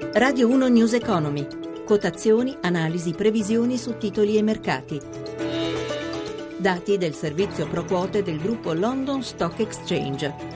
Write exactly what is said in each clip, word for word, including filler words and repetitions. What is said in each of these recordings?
Radio uno News Economy. Quotazioni, analisi, previsioni su titoli e mercati. Dati del servizio pro quote del gruppo London Stock Exchange.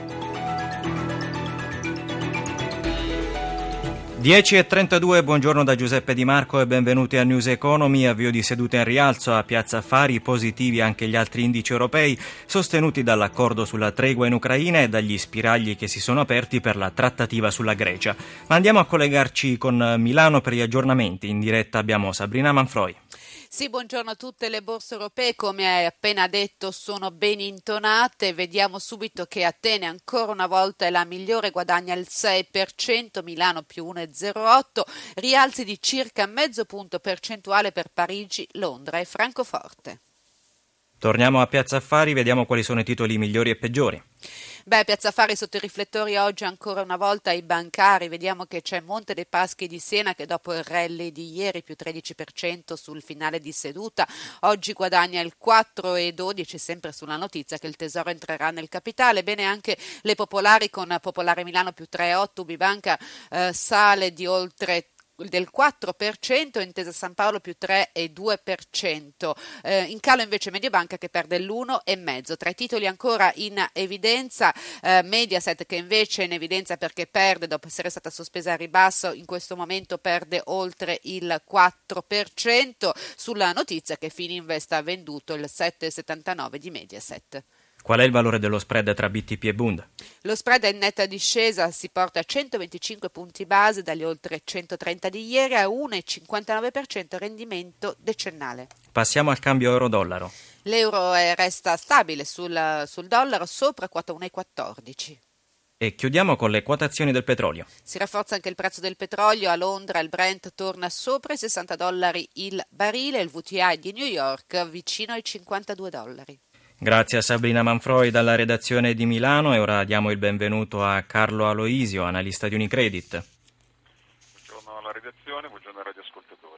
dieci e trentadue, buongiorno da Giuseppe Di Marco e benvenuti a News Economy. Avvio di seduta in rialzo a Piazza Affari, positivi anche gli altri indici europei, sostenuti dall'accordo sulla tregua in Ucraina e dagli spiragli che si sono aperti per la trattativa sulla Grecia. Ma andiamo a collegarci con Milano per gli aggiornamenti. In diretta abbiamo Sabrina Manfroi. Sì, buongiorno a tutte. Le borse europee, come hai appena detto, sono ben intonate. Vediamo subito che Atene ancora una volta è la migliore, guadagna il sei per cento, Milano più uno virgola zero otto, rialzi di circa mezzo punto percentuale per Parigi, Londra e Francoforte. Torniamo a Piazza Affari, vediamo quali sono i titoli migliori e peggiori. Beh, Piazza Affari sotto i riflettori oggi ancora una volta i bancari. Vediamo che c'è Monte dei Paschi di Siena che dopo il rally di ieri più tredici per cento sul finale di seduta oggi guadagna il quattro virgola dodici, sempre sulla notizia che il Tesoro entrerà nel capitale. Bene anche le Popolari con Popolare Milano più tre virgola otto, Ubibanca eh, sale di oltre del quattro per cento, Intesa San Paolo più tre virgola due per cento, eh, in calo invece Mediobanca che perde l'uno virgola cinque. Tra i titoli ancora in evidenza eh, Mediaset, che invece è in evidenza perché perde dopo essere stata sospesa a ribasso, in questo momento perde oltre il quattro per cento sulla notizia che Fininvest ha venduto il sette virgola settantanove di Mediaset. Qual è il valore dello spread tra B T P e Bund? Lo spread è in netta discesa, si porta a centoventicinque punti base dagli oltre centotrenta di ieri a uno virgola cinquantanove per cento rendimento decennale. Passiamo al cambio euro-dollaro. L'euro è, resta stabile sul, sul dollaro sopra quota uno virgola quattordici. E chiudiamo con le quotazioni del petrolio. Si rafforza anche il prezzo del petrolio. A Londra il Brent torna sopra i sessanta dollari il barile, il W T I di New York vicino ai cinquantadue dollari. Grazie a Sabrina Manfroi dalla redazione di Milano e ora diamo il benvenuto a Carlo Aloisio, analista di Unicredit. Buongiorno alla redazione, buongiorno ai radioascoltatori.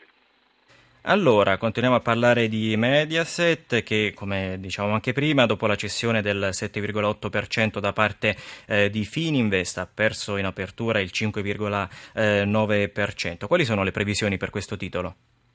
Allora, continuiamo a parlare di Mediaset che, come dicevamo anche prima, dopo la cessione del sette virgola otto per cento da parte eh, di Fininvest ha perso in apertura il cinque virgola nove per cento. Quali sono le previsioni per questo titolo?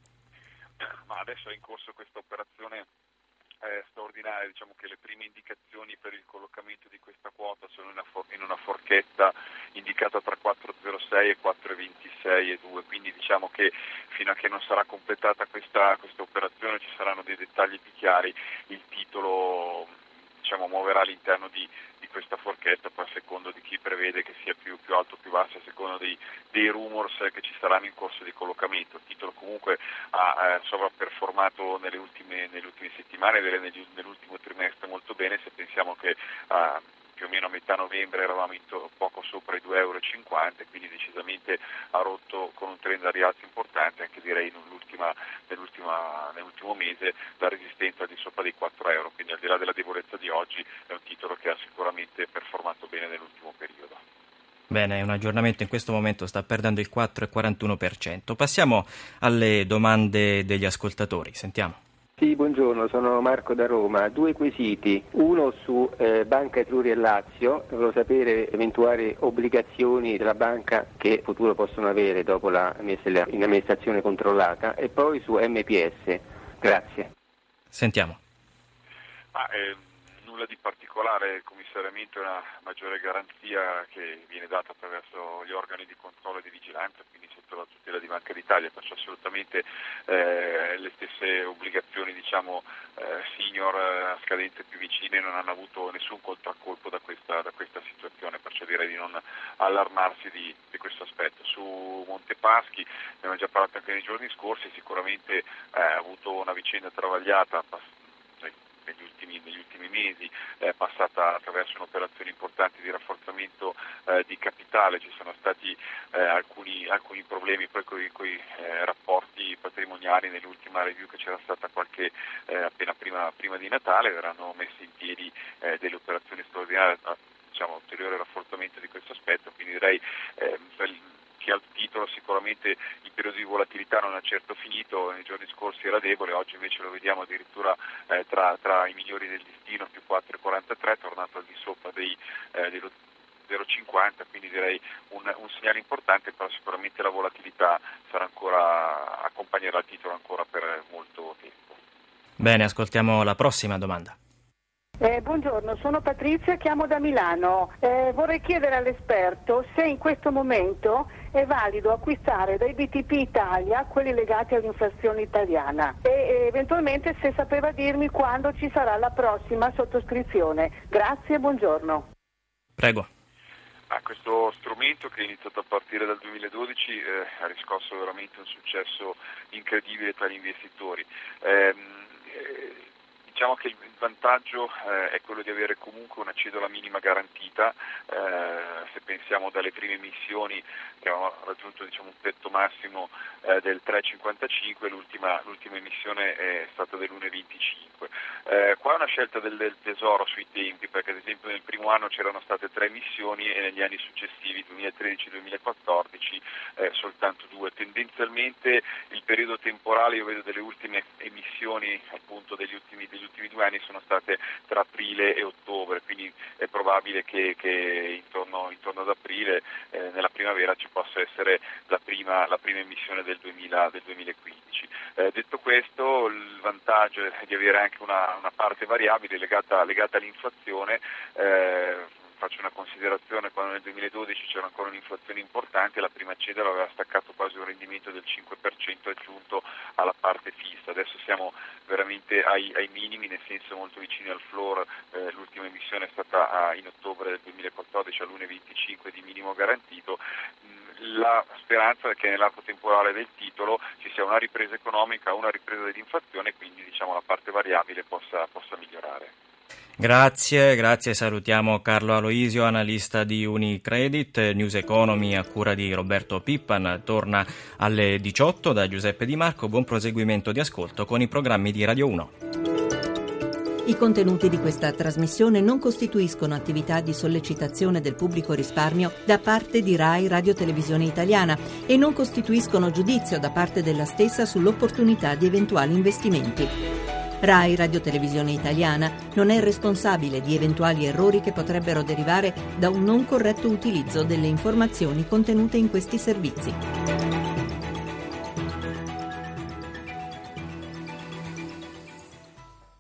Ma adesso è in corso questa operazione eh, straordinaria, diciamo che le prime indicazioni per il collocamento di questa quota sono in una, for- in una forchetta indicata tra quattro virgola zero sei e quattro virgola ventisei e due, quindi diciamo che fino a che non sarà completata questa, questa operazione ci saranno dei dettagli più chiari. Il titolo diciamo muoverà all'interno di, di questa forchetta, poi a secondo di chi prevede che sia più, più alto o più basso, a secondo dei, dei rumors che ci saranno in corso di collocamento. Il titolo comunque ha eh, sovraperformato nelle ultime, nelle ultime settimane, nell'ultimo trimestre molto bene. Se pensiamo che eh, più o meno a metà novembre eravamo in to- poco sopra i due virgola cinquanta euro, quindi decisamente ha rotto con un trend a rialzo importante, anche direi nell'ultima, nell'ultima, nell'ultimo mese, la resistenza di sopra dei quattro euro, quindi al di là della debolezza di oggi è un titolo che ha sicuramente performato bene nell'ultimo periodo. Bene, un aggiornamento in questo momento sta perdendo il quattro virgola quarantuno per cento. Passiamo alle domande degli ascoltatori, sentiamo. Sì, buongiorno, sono Marco da Roma. Due quesiti, uno su eh, Banca Etruria e Lazio, volevo sapere eventuali obbligazioni della banca che in futuro possono avere dopo la messa in amministrazione controllata, e poi su M P S. Grazie. Sentiamo. Ah, eh, nulla di particolare, il commissariamento è una maggiore garanzia che viene data attraverso gli organi di controllo e di vigilanza, quindi sotto la tutela di Banca d'Italia, perciò assolutamente eh, le stesse obbligazioni diciamo eh, senior a scadenze più vicine non hanno avuto nessun contraccolpo da questa, da questa situazione, perciò direi di non allarmarsi di, di questo aspetto. Su Montepaschi ne abbiamo già parlato anche nei giorni scorsi, sicuramente eh, ha avuto una vicenda travagliata negli ultimi, negli ultimi mesi, è passata attraverso un'operazione importante di rafforzamento eh, di capitale. Ci sono stati eh, alcuni, alcuni problemi poi con i eh, rapporti patrimoniali. Nell'ultima review che c'era stata qualche eh, appena prima, prima di Natale verranno messe in piedi eh, delle operazioni straordinarie, diciamo ulteriore rafforzamento di questo aspetto, quindi direi eh, che al titolo sicuramente il periodo di volatilità non è certo finito, nei giorni scorsi era debole, oggi invece lo vediamo addirittura eh, tra, tra i migliori del listino, più quattro virgola quarantatré, tornato al di sopra dei, eh, dello zero virgola cinquanta, quindi direi un, un segnale importante, però sicuramente la volatilità sarà ancora, accompagnerà il titolo ancora per molto tempo. Bene, ascoltiamo la prossima domanda. Eh, buongiorno, sono Patrizia, chiamo da Milano. Eh, vorrei chiedere all'esperto se in questo momento è valido acquistare dai B T P Italia quelli legati all'inflazione italiana e, e eventualmente se sapeva dirmi quando ci sarà la prossima sottoscrizione. Grazie e buongiorno. Prego. Ah, questo strumento, che è iniziato a partire dal duemiladodici, eh, ha riscosso veramente un successo incredibile tra gli investitori. Eh, eh, Diciamo che il vantaggio eh, è quello di avere comunque una cedola minima garantita. Eh, se pensiamo dalle prime emissioni che avevano raggiunto diciamo, un tetto massimo eh, del tre virgola cinquantacinque, l'ultima, l'ultima emissione è stata dell'uno virgola venticinque. Eh, qua è una scelta del, del tesoro sui tempi, perché ad esempio nel primo anno c'erano state tre emissioni e negli anni successivi, duemilatredici duemilaquattordici, eh, soltanto due. Tendenzialmente il periodo temporale, io vedo delle ultime emissioni appunto degli ultimi, degli ultimi due anni sono state tra aprile e ottobre, quindi è probabile che, che intorno, intorno ad aprile, eh, nella primavera, ci possa essere la prima, la prima emissione del, duemila, del duemilaquindici. Eh, detto questo, il vantaggio è di avere anche una, una parte variabile legata, legata all'inflazione. Eh, Faccio una considerazione: quando nel duemiladodici c'era ancora un'inflazione importante, la prima cedola aveva staccato quasi un rendimento del cinque per cento aggiunto alla parte fissa. Adesso siamo veramente ai, ai minimi, nel senso molto vicini al floor. Eh, l'ultima emissione è stata a, in ottobre del duemilaquattordici all'uno virgola venticinque di minimo garantito. La speranza è che nell'arco temporale del titolo ci sia una ripresa economica, una ripresa dell'inflazione e quindi diciamo la parte variabile possa, possa migliorare. Grazie, grazie, salutiamo Carlo Aloisio, analista di Unicredit. News Economy a cura di Roberto Pippan torna alle diciotto da Giuseppe Di Marco. Buon proseguimento di ascolto con i programmi di Radio uno. I contenuti di questa trasmissione non costituiscono attività di sollecitazione del pubblico risparmio da parte di Rai Radio Televisione Italiana e non costituiscono giudizio da parte della stessa sull'opportunità di eventuali investimenti. Rai Radio Televisione Italiana non è responsabile di eventuali errori che potrebbero derivare da un non corretto utilizzo delle informazioni contenute in questi servizi.